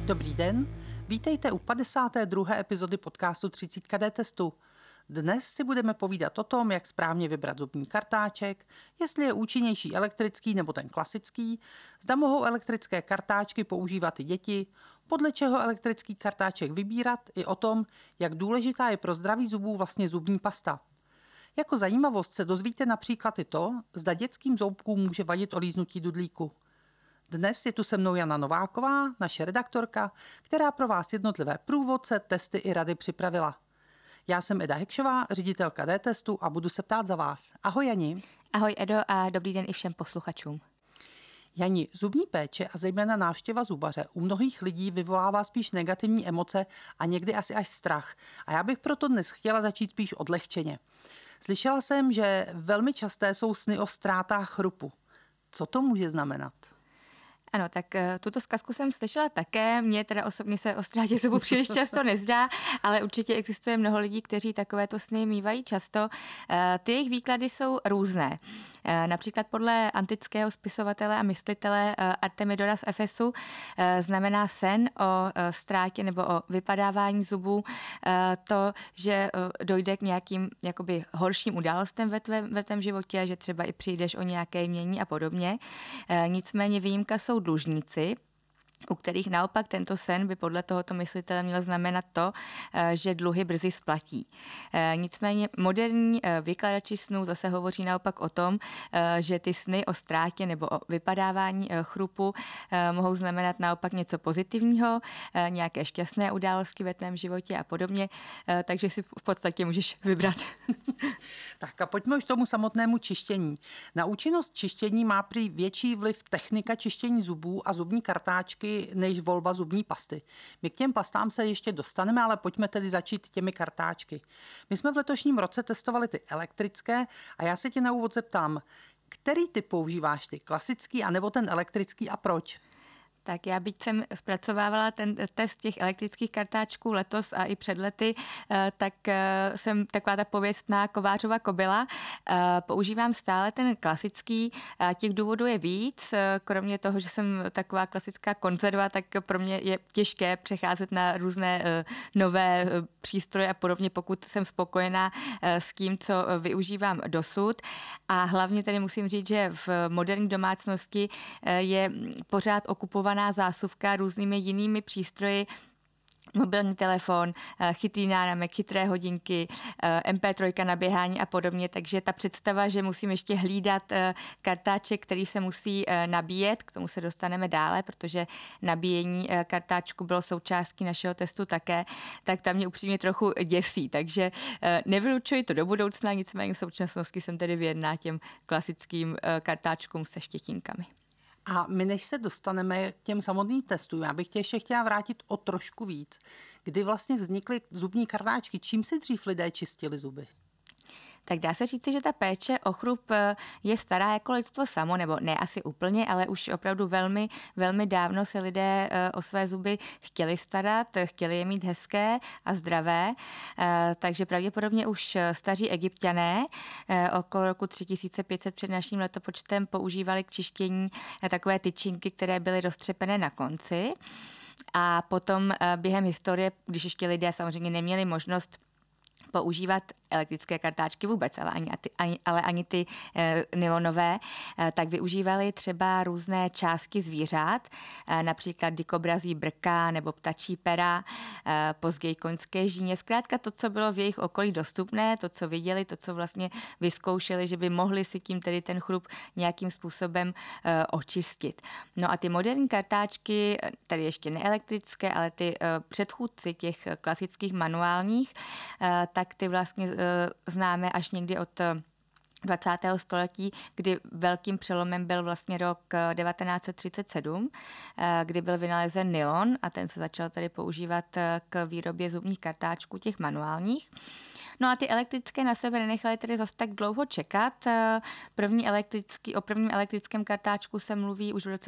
Dobrý den, vítejte u 52. epizody podcastu 30D testu. Dnes si budeme povídat o tom, jak správně vybrat zubní kartáček, jestli je účinnější elektrický nebo ten klasický, zda mohou elektrické kartáčky používat i děti, podle čeho elektrický kartáček vybírat, i o tom, jak důležitá je pro zdraví zubů vlastně zubní pasta. Jako zajímavost se dozvíte například i to, zda dětským zoubkům může vadit olíznutí dudlíku. Dnes je tu se mnou Jana Nováková, naše redaktorka, která pro vás jednotlivé průvodce, testy i rady připravila. Já jsem Eda Hekšová, ředitelka D-testu a budu se ptát za vás. Ahoj Jani. Ahoj Edo a dobrý den i všem posluchačům. Jani, zubní péče a zejména návštěva zubaře u mnohých lidí vyvolává spíš negativní emoce a někdy asi až strach. A já bych proto dnes chtěla začít spíš odlehčeně. Slyšela jsem, že velmi časté jsou sny o ztrátách chrupu. Co to může znamenat? Ano, tak tuto zkazku jsem slyšela také. Mně teda osobně se o ztrátě zubu příliš často nezdá, ale určitě existuje mnoho lidí, kteří takovéto sny mívají často. Ty jejich výklady jsou různé. Například podle antického spisovatele a myslitele Artemidora z Efesu znamená sen o ztrátě nebo o vypadávání zubů to, že dojde k nějakým jakoby horším událostem ve tvém životě, že třeba i přijdeš o nějaké jmění a podobně. Nicméně výjimka jsou dlužníci, u kterých naopak tento sen by podle tohoto myslitele měl znamenat to, že dluhy brzy splatí. Nicméně moderní vykladači snů zase hovoří naopak o tom, že ty sny o ztrátě nebo o vypadávání chrupu mohou znamenat naopak něco pozitivního, nějaké šťastné události ve tvém životě a podobně, takže si v podstatě můžeš vybrat. Tak a pojďme už k tomu samotnému čištění. Na účinnost čištění má prý větší vliv technika čištění zubů a zubní kartáčky než volba zubní pasty. My k těm pastám se ještě dostaneme, ale pojďme tedy začít těmi kartáčky. My jsme v letošním roce testovali ty elektrické a já se tě na úvod zeptám, který typ používáš ty, klasický anebo ten elektrický a proč? Tak já byť jsem zpracovávala ten test těch elektrických kartáčků letos a i před lety, tak jsem taková ta pověstná kovářova kobyla. Používám stále ten klasický, těch důvodů je víc. Kromě toho, že jsem taková klasická konzerva, tak pro mě je těžké přecházet na různé nové přístroje a podobně, pokud jsem spokojená s tím, co využívám dosud. A hlavně tady musím říct, že v moderní domácnosti je pořád okupovaná zásuvka různými jinými přístroji, mobilní telefon, chytrý náramek, chytré hodinky, MP3 na běhání a podobně, takže ta představa, že musím ještě hlídat kartáček, který se musí nabíjet, k tomu se dostaneme dále, protože nabíjení kartáčku bylo součástí našeho testu také, tak tam mě upřímně trochu děsí, takže nevylučuji to do budoucna, nicméně v současnosti jsem tedy věrná těm klasickým kartáčkům se štětínkami. A my než se dostaneme k těm samotným testům, já bych tě ještě chtěla vrátit o trošku víc. Kdy vlastně vznikly zubní kartáčky, čím si dřív lidé čistili zuby? Tak dá se říci, že ta péče o chrup je stará jako lidstvo samo, nebo ne asi úplně, ale už opravdu velmi, velmi dávno se lidé o své zuby chtěli starat, chtěli je mít hezké a zdravé, takže pravděpodobně už staří Egypťané okolo roku 3500 před naším letopočtem používali k čištění takové tyčinky, které byly roztřepené na konci. A potom během historie, když ještě lidé samozřejmě neměli možnost používat elektrické kartáčky vůbec, ale ani ty nylonové, tak využívali třeba různé části zvířat, například dikobrazí brka nebo ptačí pera, později koňské žíně. Zkrátka to, co bylo v jejich okolí dostupné, to, co viděli, to, co vlastně vyzkoušeli, že by mohli si tím tedy ten chrup nějakým způsobem očistit. No a ty moderní kartáčky, tady ještě neelektrické, ale ty předchůdci těch klasických manuálních, tak ty vlastně známe až někdy od 20. století, kdy velkým přelomem byl vlastně rok 1937, kdy byl vynalezen nylon a ten se začal tady používat k výrobě zubních kartáčků, těch manuálních. No a ty elektrické na sebe nenechaly tedy zase tak dlouho čekat. O prvním elektrickém kartáčku se mluví už v roce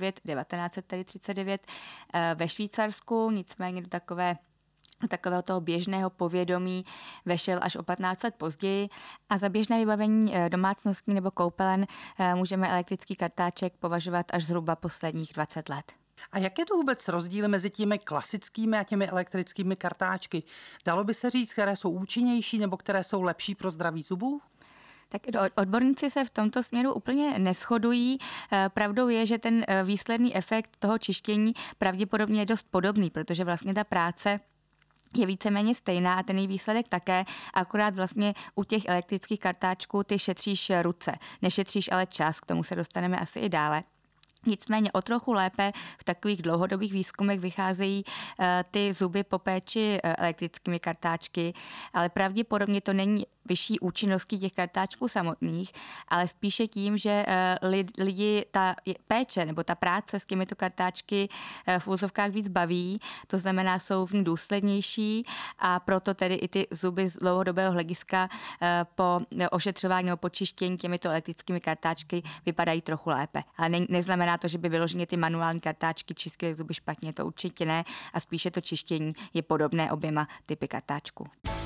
1939 ve Švýcarsku, nicméně do takového toho běžného povědomí vešel až o 15 let později a za běžné vybavení domácností nebo koupelen můžeme elektrický kartáček považovat až zhruba posledních 20 let. A jak je to vůbec rozdíl mezi těmi klasickými a těmi elektrickými kartáčky? Dalo by se říct, které jsou účinnější nebo které jsou lepší pro zdraví zubů? Tak odborníci se v tomto směru úplně neshodují. Pravdou je, že ten výsledný efekt toho čištění pravděpodobně je dost podobný, protože vlastně ta práce je víceméně stejná a ten její výsledek také, akorát vlastně u těch elektrických kartáčků ty šetříš ruce, nešetříš ale čas, k tomu se dostaneme asi i dále. Nicméně o trochu lépe v takových dlouhodobých výzkumech vycházejí ty zuby po péči elektrickými kartáčky, ale pravděpodobně to není vyšší účinností těch kartáčků samotných, ale spíše tím, že lidi ta péče nebo ta práce s těmito kartáčky v úzovkách víc baví, to znamená, jsou v ní důslednější a proto tedy i ty zuby z dlouhodobého hlediska po ošetřování nebo počištění těmito elektrickými kartáčky vypadají trochu lépe. Ale neznamená to, že by vyloženě ty manuální kartáčky čistily zuby špatně, to určitě ne a spíše to čištění je podobné oběma typy kartáčků.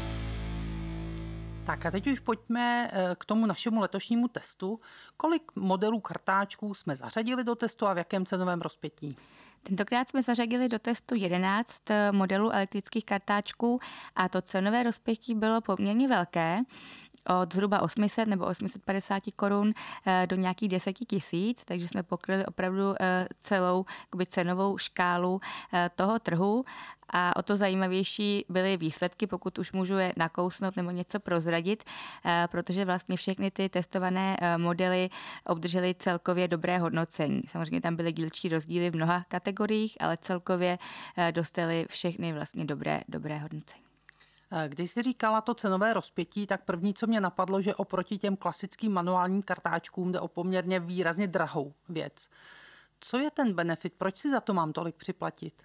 Tak a teď už pojďme k tomu našemu letošnímu testu. Kolik modelů kartáčků jsme zařadili do testu a v jakém cenovém rozpětí? Tentokrát jsme zařadili do testu 11 modelů elektrických kartáčků a to cenové rozpětí bylo poměrně velké. Od zhruba 800 nebo 850 korun do nějakých 10 000, takže jsme pokryli opravdu celou cenovou škálu toho trhu. A o to zajímavější byly výsledky, pokud už můžu je nakousnout nebo něco prozradit, protože vlastně všechny ty testované modely obdržely celkově dobré hodnocení. Samozřejmě tam byly dílčí rozdíly v mnoha kategoriích, ale celkově dostaly všechny vlastně dobré hodnocení. Když jsi říkala to cenové rozpětí, tak první, co mě napadlo, že oproti těm klasickým manuálním kartáčkům jde o poměrně výrazně drahou věc. Co je ten benefit? Proč si za to mám tolik připlatit?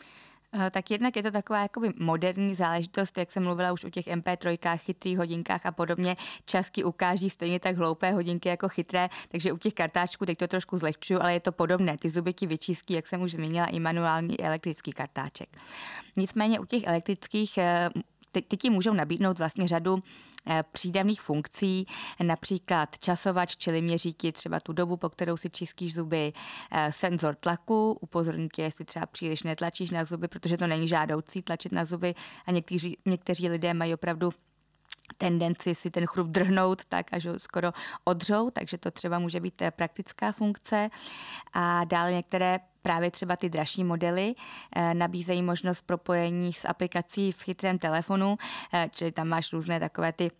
Tak jednak je to taková jakoby moderní záležitost, jak jsem mluvila už o těch MP3, chytrých hodinkách a podobně. Časky ukáží stejně tak hloupé hodinky jako chytré, takže u těch kartáčků teď to trošku zlehčuju, ale je to podobné. Ty zuby ti vyčistí, jak jsem už zmínila, i manuální, i elektrický kartáček. Nicméně u těch elektrických ty ti můžou nabídnout vlastně řadu přídavných funkcí, například časovač, čili měří ti třeba tu dobu, po kterou si čistíš zuby, senzor tlaku, upozorní tě, jestli třeba příliš netlačíš na zuby, protože to není žádoucí tlačit na zuby a někteří lidé mají opravdu tendenci si ten chrup drhnout tak, až ho skoro odřou, takže to třeba může být praktická funkce. A dále některé právě třeba ty dražší modely nabízejí možnost propojení s aplikací v chytrém telefonu, čili tam máš různé takové ty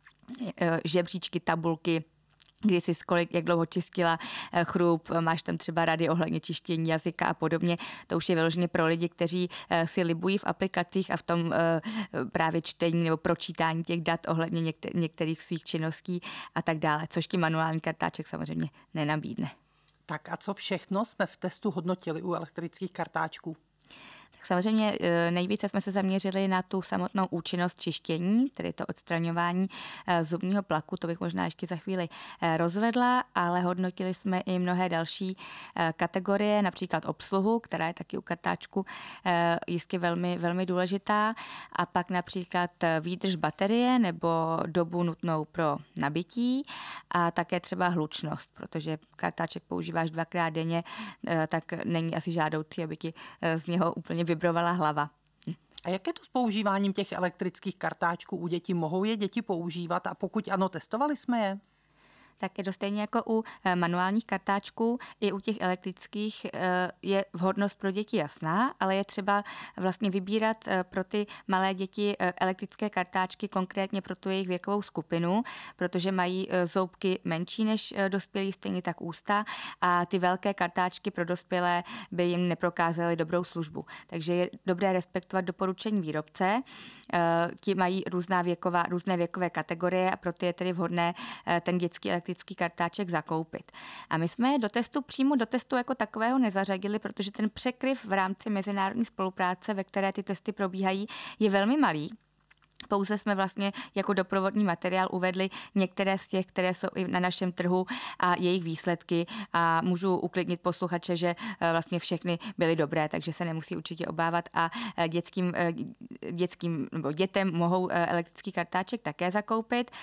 žebříčky, tabulky, kdy jsi jak dlouho čistila chrup, máš tam třeba rady ohledně čištění jazyka a podobně. To už je vyloženě pro lidi, kteří si libují v aplikacích a v tom právě čtení nebo pročítání těch dat ohledně některých svých činností a tak dále, což ti manuální kartáček samozřejmě nenabídne. Tak a co všechno jsme v testu hodnotili u elektrických kartáčků? Samozřejmě nejvíce jsme se zaměřili na tu samotnou účinnost čištění, tedy to odstraňování zubního plaku, to bych možná ještě za chvíli rozvedla, ale hodnotili jsme i mnohé další kategorie, například obsluhu, která je taky u kartáčku jistě velmi, velmi důležitá, a pak například výdrž baterie nebo dobu nutnou pro nabití a také třeba hlučnost, protože kartáček používáš 2krát denně, tak není asi žádoucí, aby ti z něho úplně vibrovala hlava. A jak je to s používáním těch elektrických kartáčků u dětí? Mohou je děti používat a pokud ano, testovali jsme je? Tak je to stejně jako u manuálních kartáčků, i u těch elektrických je vhodnost pro děti jasná, ale je třeba vlastně vybírat pro ty malé děti elektrické kartáčky konkrétně pro tu jejich věkovou skupinu, protože mají zoubky menší než dospělí, stejně tak ústa, a ty velké kartáčky pro dospělé by jim neprokázaly dobrou službu. Takže je dobré respektovat doporučení výrobce. Ti mají různé věkové kategorie a proto je tedy vhodné ten dětský elektrický kartáček zakoupit. A my jsme je přímo do testu jako takového nezařadili, protože ten překryv v rámci mezinárodní spolupráce, ve které ty testy probíhají, je velmi malý. Pouze jsme vlastně jako doprovodný materiál uvedli některé z těch, které jsou i na našem trhu a jejich výsledky, a můžu uklidnit posluchače, že vlastně všechny byly dobré, takže se nemusí určitě obávat a dětem mohou elektrický kartáček také zakoupit.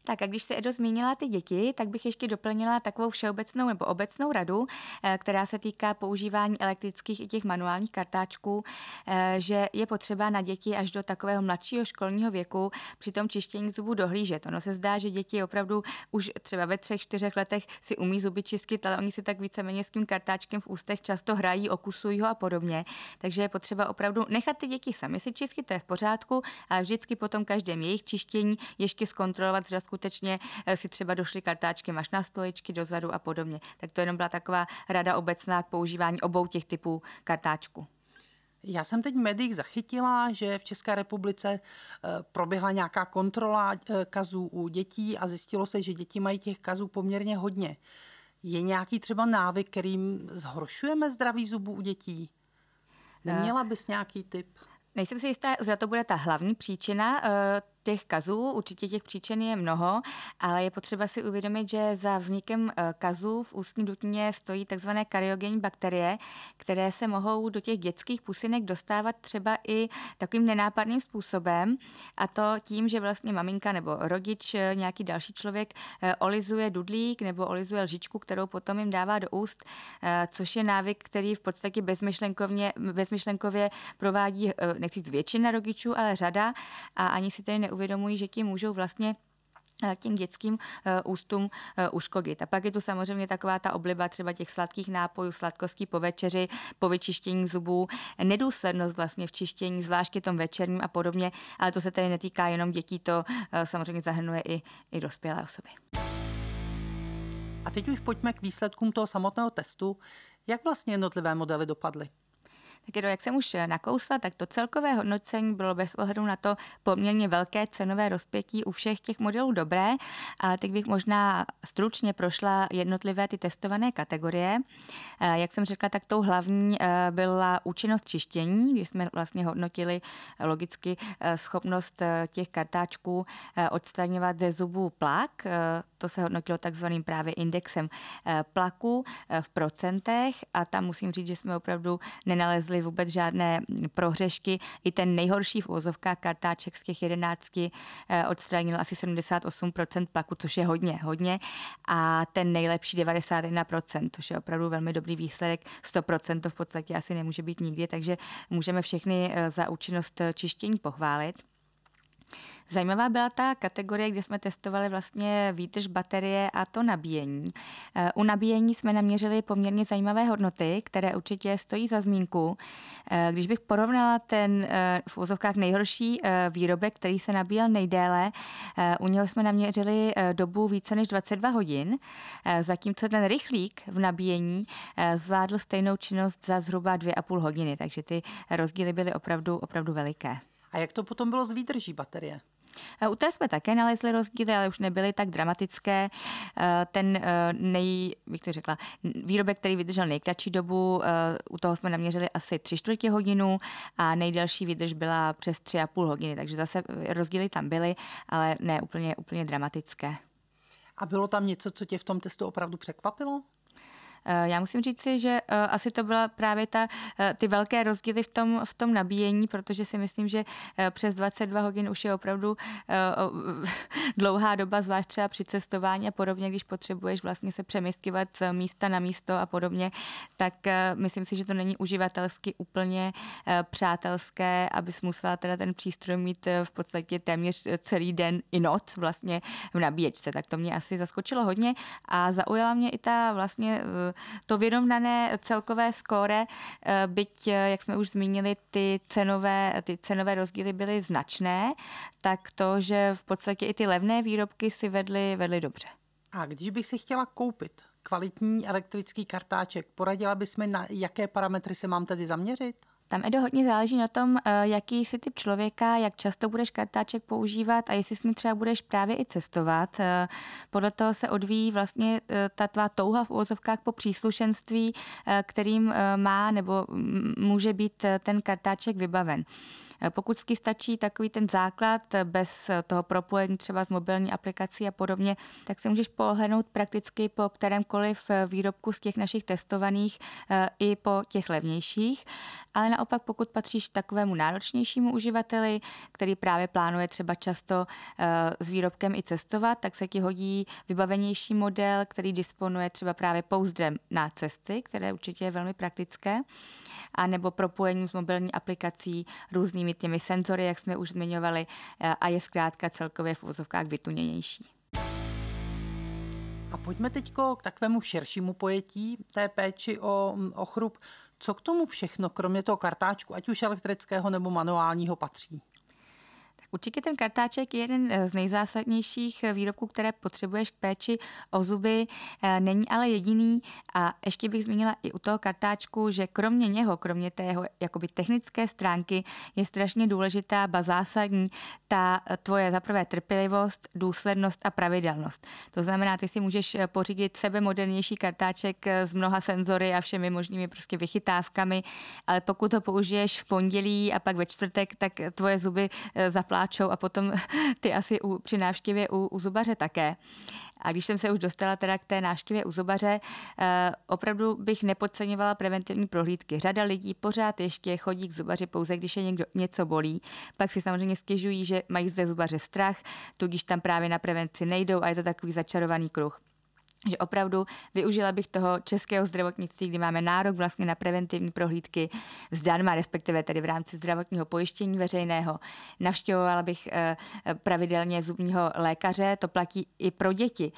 Tak a když se Edo zmínila ty děti, tak bych ještě doplnila takovou všeobecnou nebo obecnou radu, která se týká používání elektrických i těch manuálních kartáčků, že je potřeba na děti až do takového mladšího školního věku při tom čištění zubů dohlížet. Ono se zdá, že děti opravdu už třeba ve 3-4 letech si umí zuby čistit, ale oni si tak víceméně s tím kartáčkem v ústech často hrají, okusují ho a podobně. Takže je potřeba opravdu nechat ty děti sami si čistit, to je v pořádku, ale vždycky potom každém jejich čištění ještě zkontrolovat, zda skutečně si třeba došly kartáčky až na stoličky dozadu a podobně. Tak to jenom byla taková rada obecná k používání obou těch typů kartáčku. Já jsem teď v médiích zachytila, že v České republice proběhla nějaká kontrola kazů u dětí a zjistilo se, že děti mají těch kazů poměrně hodně. Je nějaký třeba návyk, kterým zhoršujeme zdraví zubů u dětí? Neměla bys nějaký tip? Nejsem si jistá, zda to bude ta hlavní příčina těch kazů. Určitě těch příčin je mnoho, ale je potřeba si uvědomit, že za vznikem kazů v ústní dutině stojí takzvané kariogenní bakterie, které se mohou do těch dětských pusinek dostávat třeba i takovým nenápadným způsobem, a to tím, že vlastně maminka nebo rodič, nějaký další člověk olizuje dudlík nebo olizuje lžičku, kterou potom jim dává do úst, což je návyk, který v podstatě bezmyšlenkově provádí, nechci říct většina rodičů, ale řada, a ani si tedy neuvědomují, že tím můžou vlastně těm dětským ústům uškodit. A pak je tu samozřejmě taková ta obliba třeba těch sladkých nápojů, sladkostí po večeři, po vyčištění zubů, nedůslednost vlastně v čištění, zvláště tom večerním a podobně, ale to se tedy netýká jenom dětí, to samozřejmě zahrnuje i dospělé osoby. A teď už pojďme k výsledkům toho samotného testu. Jak vlastně jednotlivé modely dopadly? Tak jak jsem už nakousla, tak to celkové hodnocení bylo bez ohledu na to poměrně velké cenové rozpětí u všech těch modelů dobré, ale teď bych možná stručně prošla jednotlivé ty testované kategorie. Jak jsem řekla, tak tou hlavní byla účinnost čištění, když jsme vlastně hodnotili logicky schopnost těch kartáčků odstraňovat ze zubů plak. To se hodnotilo takzvaným právě indexem plaku v procentech a tam musím říct, že jsme opravdu nenalezli vůbec žádné prohřešky. I ten nejhorší v uvozovkách kartáček z těch 11 odstranil asi 78% plaku, což je hodně. A ten nejlepší 91%, což je opravdu velmi dobrý výsledek. 100% to v podstatě asi nemůže být nikdy, takže můžeme všechny za účinnost čištění pochválit. Zajímavá byla ta kategorie, kde jsme testovali vlastně výdrž baterie a to nabíjení. U nabíjení jsme naměřili poměrně zajímavé hodnoty, které určitě stojí za zmínku. Když bych porovnala ten v uvozovkách nejhorší výrobek, který se nabíjel nejdéle, u něho jsme naměřili dobu více než 22 hodin, zatímco ten rychlík v nabíjení zvládl stejnou činnost za zhruba 2,5 hodiny, takže ty rozdíly byly opravdu veliké. A jak to potom bylo s výdrží baterie? U té jsme také nalezli rozdíly, ale už nebyly tak dramatické. Ten výrobek, který vydržel nejkratší dobu, u toho jsme naměřili asi 3/4 hodinu a nejdelší výdrž byla přes 3,5 hodiny, takže zase rozdíly tam byly, ale ne úplně dramatické. A bylo tam něco, co tě v tom testu opravdu překvapilo? Já musím říct si, že asi to byla právě ty velké rozdíly v tom nabíjení, protože si myslím, že přes 22 hodin už je opravdu dlouhá doba, zvlášť třeba při cestování a podobně, když potřebuješ vlastně se přemysťovat z místa na místo a podobně, tak myslím si, že to není uživatelsky úplně přátelské, abys musela teda ten přístroj mít v podstatě téměř celý den i noc vlastně v nabíječce. Tak to mě asi zaskočilo hodně a zaujala mě i ta vlastně to vyrovnané celkové skóre, byť, jak jsme už zmínili, ty cenové rozdíly byly značné, tak to, že v podstatě i ty levné výrobky si vedly dobře. A když bych si chtěla koupit kvalitní elektrický kartáček, poradila bys mi, na jaké parametry se mám tedy zaměřit? Tam, Edo, hodně záleží na tom, jaký jsi typ člověka, jak často budeš kartáček používat a jestli s ním třeba budeš právě i cestovat. Podle toho se odvíjí vlastně ta tvá touha v uvozovkách po příslušenství, kterým má nebo může být ten kartáček vybaven. Pokud stačí takový ten základ bez toho propojení třeba s mobilní aplikací a podobně, tak se můžeš pohlédnout prakticky po kterémkoliv výrobku z těch našich testovaných i po těch levnějších. Ale naopak, pokud patříš takovému náročnějšímu uživateli, který právě plánuje třeba často s výrobkem i cestovat, tak se ti hodí vybavenější model, který disponuje třeba právě pouzdrem na cesty, které určitě je velmi praktické, a nebo propojením s mobilní aplikací, různými těmi senzory, jak jsme už zmiňovali, a je zkrátka celkově v uvozovkách vytuněnější. A pojďme teď k takovému širšímu pojetí té péči o chrup. Co k tomu všechno, kromě toho kartáčku, ať už elektrického nebo manuálního, patří? Určitě ten kartáček je jeden z nejzásadnějších výrobků, které potřebuješ k péči o zuby, není ale jediný. A ještě bych zmínila i u toho kartáčku, že kromě něho, kromě té jeho jakoby technické stránky, je strašně důležitá, ba zásadní ta tvoje zaprvé trpělivost, důslednost a pravidelnost. To znamená, ty si můžeš pořídit sebemodernější kartáček s mnoha senzory a všemi možnými prostě vychytávkami, ale pokud ho použiješ v pondělí a pak ve čtvrtek, tak tvoje zuby zapláčou a potom ty asi při návštěvě u zubaře také. A když jsem se už dostala teda k té návštěvě u zubaře, opravdu bych nepodceňovala preventivní prohlídky. Řada lidí pořád ještě chodí k zubaři pouze, když je něco bolí. Pak si samozřejmě stěžují, že mají zde zubaře strach, tudíž tam právě na prevenci nejdou a je to takový začarovaný kruh. Že opravdu využila bych toho českého zdravotnictví, kdy máme nárok vlastně na preventivní prohlídky zdarma, respektive tedy v rámci zdravotního pojištění veřejného. Navštěvovala bych pravidelně zubního lékaře, to platí i pro děti.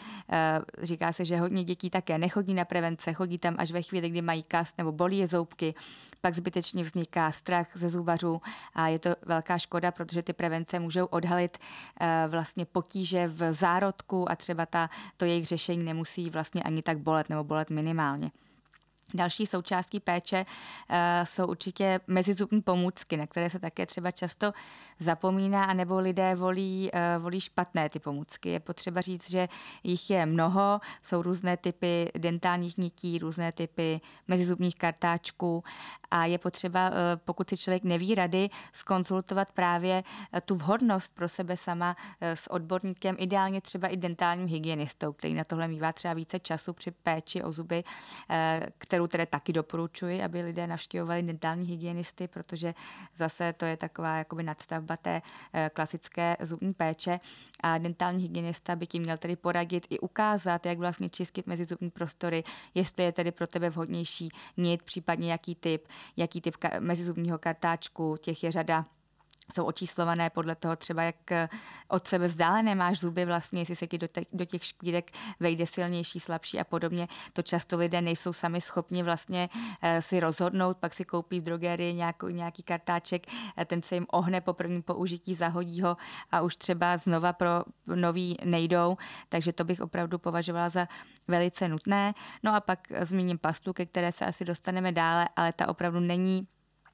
Říká se, že hodně dětí také nechodí na prevence, chodí tam až ve chvíli, kdy mají kas nebo bolí je zoubky, pak zbytečně vzniká strach ze zubařů a je to velká škoda, protože ty prevence můžou odhalit vlastně potíže v zárodku a třeba to jejich řešení nemusí vlastně ani tak bolet nebo bolet minimálně. Další součástí péče jsou určitě mezizubní pomůcky, na které se také třeba často zapomíná, anebo lidé volí špatné ty pomůcky. Je potřeba říct, že jich je mnoho, jsou různé typy dentálních nití, různé typy mezizubních kartáčků a je potřeba, pokud si člověk neví rady, zkonzultovat právě tu vhodnost pro sebe sama s odborníkem, ideálně třeba i dentálním hygienistou, který na tohle mívá třeba více času při péči o zuby, kterou tedy taky doporučuji, aby lidé navštěvovali dentální hygienisty, protože zase to je taková jakoby nadstavba té klasické zubní péče a dentální hygienista by ti měl tedy poradit i ukázat, jak vlastně čistit mezizubní prostory, jestli je tedy pro tebe vhodnější nit, případně jaký typ mezizubního kartáčku, těch je řada. Jsou očíslované podle toho třeba, jak od sebe vzdálené máš zuby vlastně, jestli se ti do těch škvírek vejde silnější, slabší a podobně. To často lidé nejsou sami schopni vlastně si rozhodnout, pak si koupí v drogerii nějaký kartáček, ten se jim ohne po prvním použití, zahodí ho a už třeba znova pro nový nejdou, takže to bych opravdu považovala za velice nutné. No a pak zmíním pastu, ke které se asi dostaneme dále, ale ta opravdu není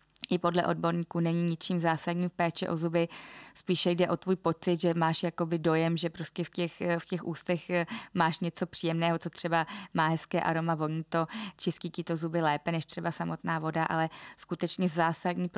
i podle odborníků není ničím zásadním v péči o zuby. Spíše jde o tvůj pocit, že máš jakoby dojem, že prostě v těch ústech máš něco příjemného, co třeba má hezké aroma, voní to, čistí ti to zuby lépe než třeba samotná voda, ale skutečně zásadní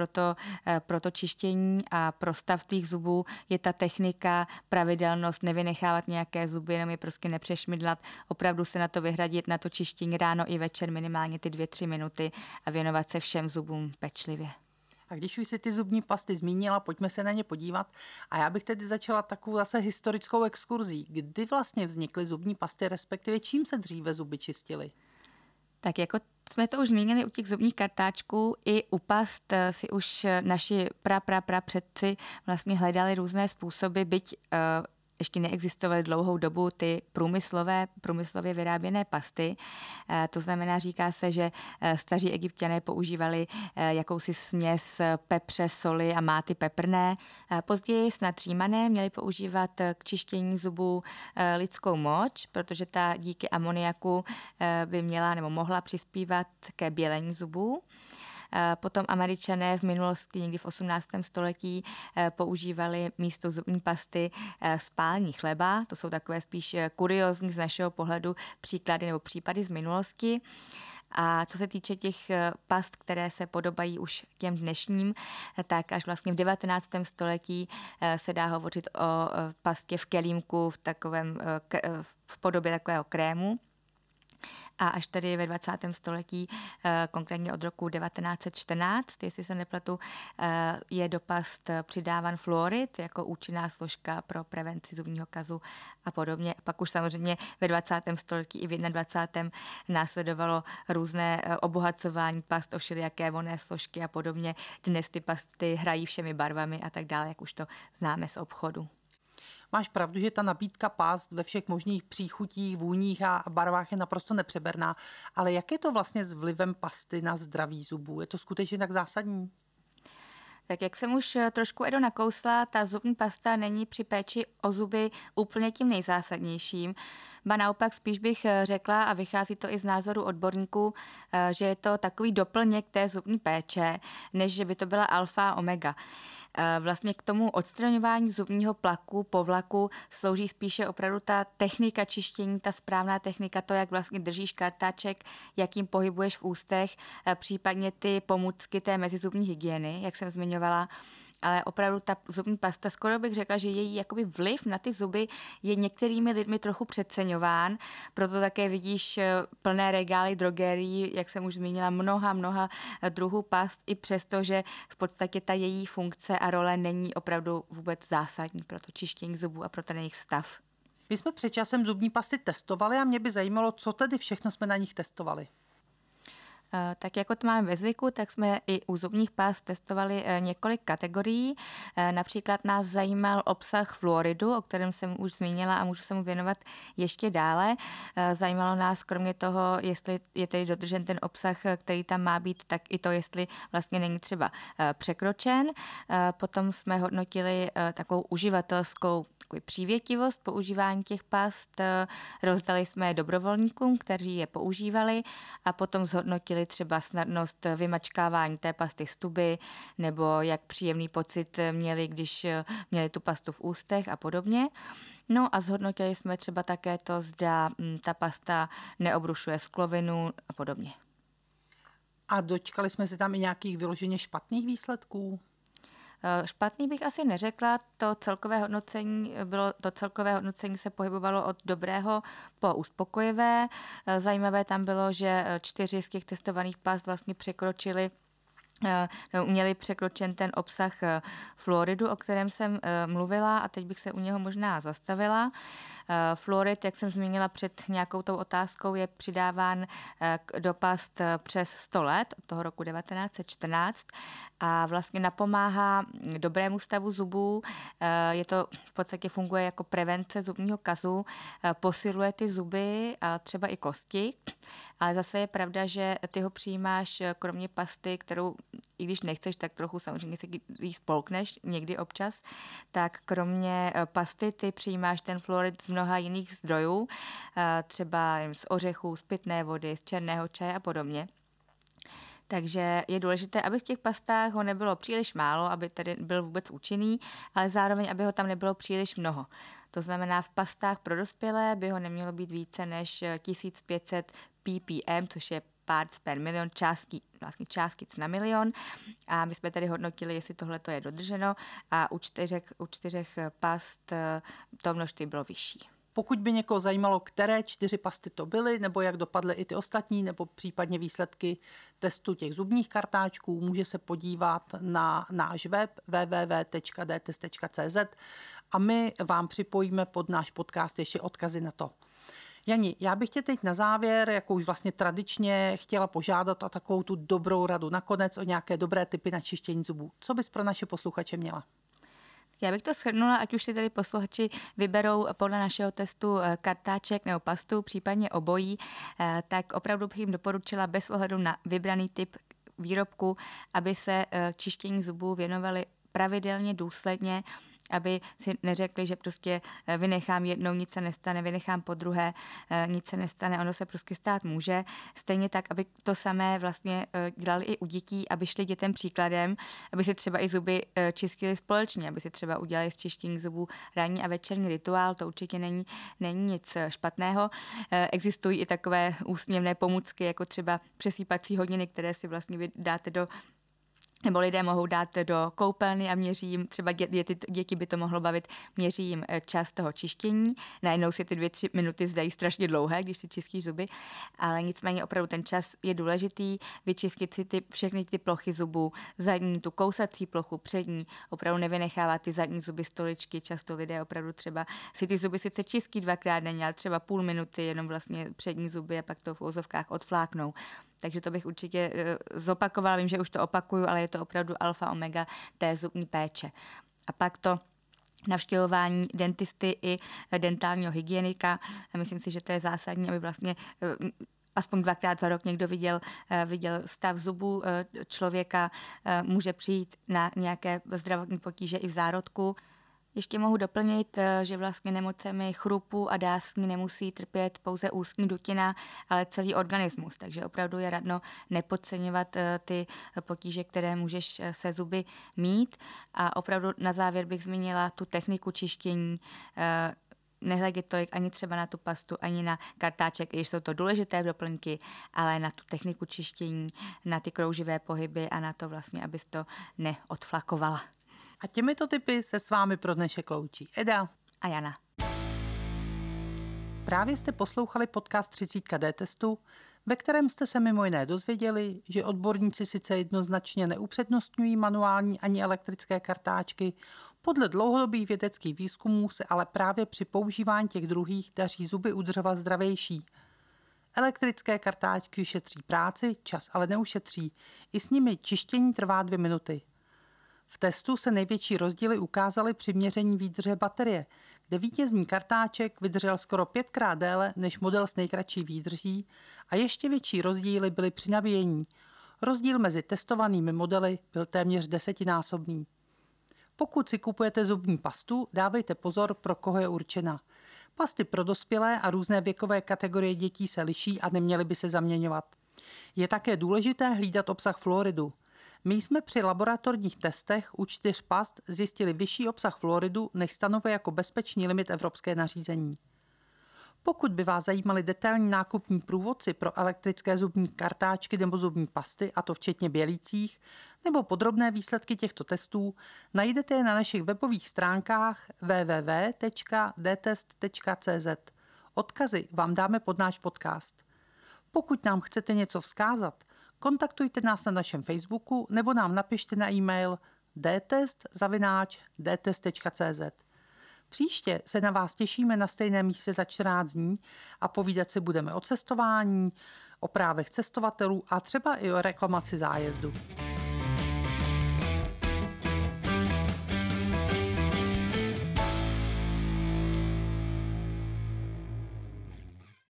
pro to čištění a pro stav tvých zubů je ta technika, pravidelnost, nevynechávat nějaké zuby, jenom je prostě nepřešmidlat, opravdu se na to vyhradit, na to čištění ráno i večer minimálně ty 2-3 minuty a věnovat se všem zubům pečlivě. A když už si ty zubní pasty zmínila, pojďme se na ně podívat. A já bych teď začala takovou zase historickou exkurzí. Kdy vlastně vznikly zubní pasty, respektive čím se dříve zuby čistily? Tak jako jsme to už zmínili u těch zubních kartáčků, i u past si už naši předci vlastně hledali různé způsoby, byť ještě neexistovaly dlouhou dobu ty průmyslově vyráběné pasty. To znamená, říká se, že staří Egypťané používali jakousi směs pepře, soli a máty peprné. Později snad Římané měli používat k čištění zubů lidskou moč, protože ta díky amoniaku by měla nebo mohla přispívat ke bělení zubů. Potom Američané v minulosti, někdy v 18. století, používali místo zubní pasty spálení chleba. To jsou takové spíš kuriózní z našeho pohledu příklady nebo případy z minulosti. A co se týče těch past, které se podobají už těm dnešním, tak až vlastně v 19. století se dá hovořit o pastě v kelímku v podobě takového krému. A až tady ve 20. století, konkrétně od roku 1914, jestli se nepletu, je do past přidáván fluorid jako účinná složka pro prevenci zubního kazu a podobně. Pak už samozřejmě ve 20. století i v 21. následovalo různé obohacování past o všelijaké vonné složky a podobně. Dnes ty pasty hrají všemi barvami a tak dále, jak už to známe z obchodu. Máš pravdu, že ta nabídka pást ve všech možných příchutích, vůních a barvách je naprosto nepřeberná. Ale jak je to vlastně s vlivem pasty na zdraví zubů? Je to skutečně tak zásadní? Tak jak jsem už trošku, Edo, nakousla, ta zubní pasta není při péči o zuby úplně tím nejzásadnějším. Ba naopak spíš bych řekla, a vychází to i z názoru odborníků, že je to takový doplněk té zubní péče, než že by to byla alfa a omega. Vlastně k tomu odstraňování zubního plaku, povlaku slouží spíše opravdu ta technika čištění, ta správná technika, to, jak vlastně držíš kartáček, jak jim pohybuješ v ústech, případně ty pomůcky té mezizubní hygieny, jak jsem zmiňovala. Ale opravdu ta zubní pasta, skoro bych řekla, že její jakoby vliv na ty zuby je některými lidmi trochu přeceňován, proto také vidíš plné regály drogerií, jak jsem už zmínila, mnoha druhů past, i přesto, že v podstatě ta její funkce a role není opravdu vůbec zásadní pro to čištění zubů a pro ten jejich stav. My jsme před časem zubní pasty testovali a mě by zajímalo, co tedy všechno jsme na nich testovali. Tak jako to máme ve zvyku, tak jsme i u zubních past testovali několik kategorií. Například nás zajímal obsah fluoridu, o kterém jsem už zmínila a můžu se mu věnovat ještě dále. Zajímalo nás kromě toho, jestli je tedy dodržen ten obsah, který tam má být, tak i to, jestli vlastně není třeba překročen. Potom jsme hodnotili takovou uživatelskou přívětivost používání těch past. Rozdali jsme je dobrovolníkům, kteří je používali, a potom zhodnotili třeba snadnost vymačkávání té pasty z tuby, nebo jak příjemný pocit měli, když měli tu pastu v ústech a podobně. No a zhodnotili jsme třeba také to, zda ta pasta neobrušuje sklovinu a podobně. A dočkali jsme se tam i nějakých vyloženě špatných výsledků? Špatný bych asi neřekla, to celkové hodnocení se pohybovalo od dobrého po uspokojivé. Zajímavé tam bylo, že 4 z těch testovaných past vlastně měli překročen ten obsah fluoridu, o kterém jsem mluvila, a teď bych se u něho možná zastavila. Fluorid, jak jsem zmínila před nějakou tou otázkou, je přidáván do past přes 100 let, od toho roku 1914, a vlastně napomáhá dobrému stavu zubů. Je to v podstatě funguje jako prevence zubního kazu, posiluje ty zuby a třeba i kosti, ale zase je pravda, že ty ho přijímáš kromě pasty, kterou i když nechceš, tak trochu samozřejmě si ji spolkneš někdy občas, tak kromě pasty ty přijímáš ten fluorid z mnoha jiných zdrojů, třeba z ořechů, z pitné vody, z černého čaje a podobně. Takže je důležité, aby v těch pastách ho nebylo příliš málo, aby tedy byl vůbec účinný, ale zároveň, aby ho tam nebylo příliš mnoho. To znamená, v pastách pro dospělé by ho nemělo být více než 1500 ppm, což je parts per milion, částic na milion. A my jsme tady hodnotili, jestli tohle je dodrženo, a u čtyřech past to množství bylo vyšší. Pokud by někoho zajímalo, které 4 pasty to byly, nebo jak dopadly i ty ostatní, nebo případně výsledky testu těch zubních kartáčků, může se podívat na náš web www.dtest.cz a my vám připojíme pod náš podcast ještě odkazy na to. Jani, já bych tě teď na závěr, jako už vlastně tradičně, chtěla požádat o takovou tu dobrou radu nakonec, o nějaké dobré tipy na čištění zubů. Co bys pro naše posluchače měla? Já bych to shrnula, ať už si tady posluchači vyberou podle našeho testu kartáček nebo pastu, případně obojí, tak opravdu bych jim doporučila bez ohledu na vybraný typ výrobku, aby se čištění zubů věnovali pravidelně, důsledně, aby si neřekli, že prostě vynechám jednou, nic se nestane, vynechám po druhé, nic se nestane, ono se prostě stát může. Stejně tak, aby to samé vlastně dělali i u dětí, aby šli dětem příkladem, aby si třeba i zuby čistili společně, aby si třeba udělali z čištění zubů ranní a večerní rituál, to určitě není nic špatného. Existují i takové úsměvné pomůcky, jako třeba přesýpací hodiny, které si vlastně vy dáte nebo lidé mohou dát do koupelny a měří jim, třeba děti by to mohlo bavit, měří jim čas toho čištění. Najednou si ty 2-3 minuty zdají strašně dlouhé, když si čistíš zuby, ale nicméně opravdu ten čas je důležitý, vyčistit si všechny ty plochy zubů, zadní, tu kousací plochu, přední, opravdu nevynechávat ty zadní zuby, stoličky, často lidé opravdu třeba si ty zuby sice čistí 2krát denně, ale třeba půl minuty jenom vlastně přední zuby a pak to v úzovkách odfláknou. Takže to bych určitě zopakovala, vím, že už to opakuju, ale je to opravdu alfa omega té zubní péče. A pak to navštěvování dentisty i dentálního hygienika. Myslím si, že to je zásadní, aby vlastně aspoň 2krát za rok někdo viděl stav zubů člověka, může přijít na nějaké zdravotní potíže i v zárodku. Ještě mohu doplnit, že vlastně nemocemi chrupu a dásní nemusí trpět pouze ústní dutina, ale celý organismus. Takže opravdu je radno nepodceňovat ty potíže, které můžeš se zuby mít. A opravdu na závěr bych zmínila tu techniku čištění, nehledět to ani třeba na tu pastu, ani na kartáček, i když jsou to důležité doplňky, ale na tu techniku čištění, na ty krouživé pohyby a na to vlastně, abys to neodflakovala. A těmito tipy se s vámi pro dnešek loučí Eda a Jana. Právě jste poslouchali podcast 30D testu, ve kterém jste se mimo jiné dozvěděli, že odborníci sice jednoznačně neupřednostňují manuální ani elektrické kartáčky, podle dlouhodobých vědeckých výzkumů se ale právě při používání těch druhých daří zuby udržovat zdravější. Elektrické kartáčky šetří práci, čas ale neušetří. I s nimi čištění trvá 2 minuty. V testu se největší rozdíly ukázaly při měření výdrže baterie, kde vítězný kartáček vydržel skoro 5krát déle než model s nejkratší výdrží a ještě větší rozdíly byly při nabíjení. Rozdíl mezi testovanými modely byl téměř 10násobný. Pokud si kupujete zubní pastu, dávejte pozor, pro koho je určena. Pasty pro dospělé a různé věkové kategorie dětí se liší a neměly by se zaměňovat. Je také důležité hlídat obsah fluoridu. My jsme při laboratorních testech u 4 past zjistili vyšší obsah fluoridu, než stanovuje jako bezpečný limit evropské nařízení. Pokud by vás zajímaly detailní nákupní průvodci pro elektrické zubní kartáčky nebo zubní pasty, a to včetně bělících, nebo podrobné výsledky těchto testů, najdete je na našich webových stránkách www.dtest.cz. Odkazy vám dáme pod náš podcast. Pokud nám chcete něco vzkázat, kontaktujte nás na našem Facebooku nebo nám napište na e-mail dtest@dtest.cz. Příště se na vás těšíme na stejném místě za 14 dní a povídat si budeme o cestování, o právech cestovatelů a třeba i o reklamaci zájezdu.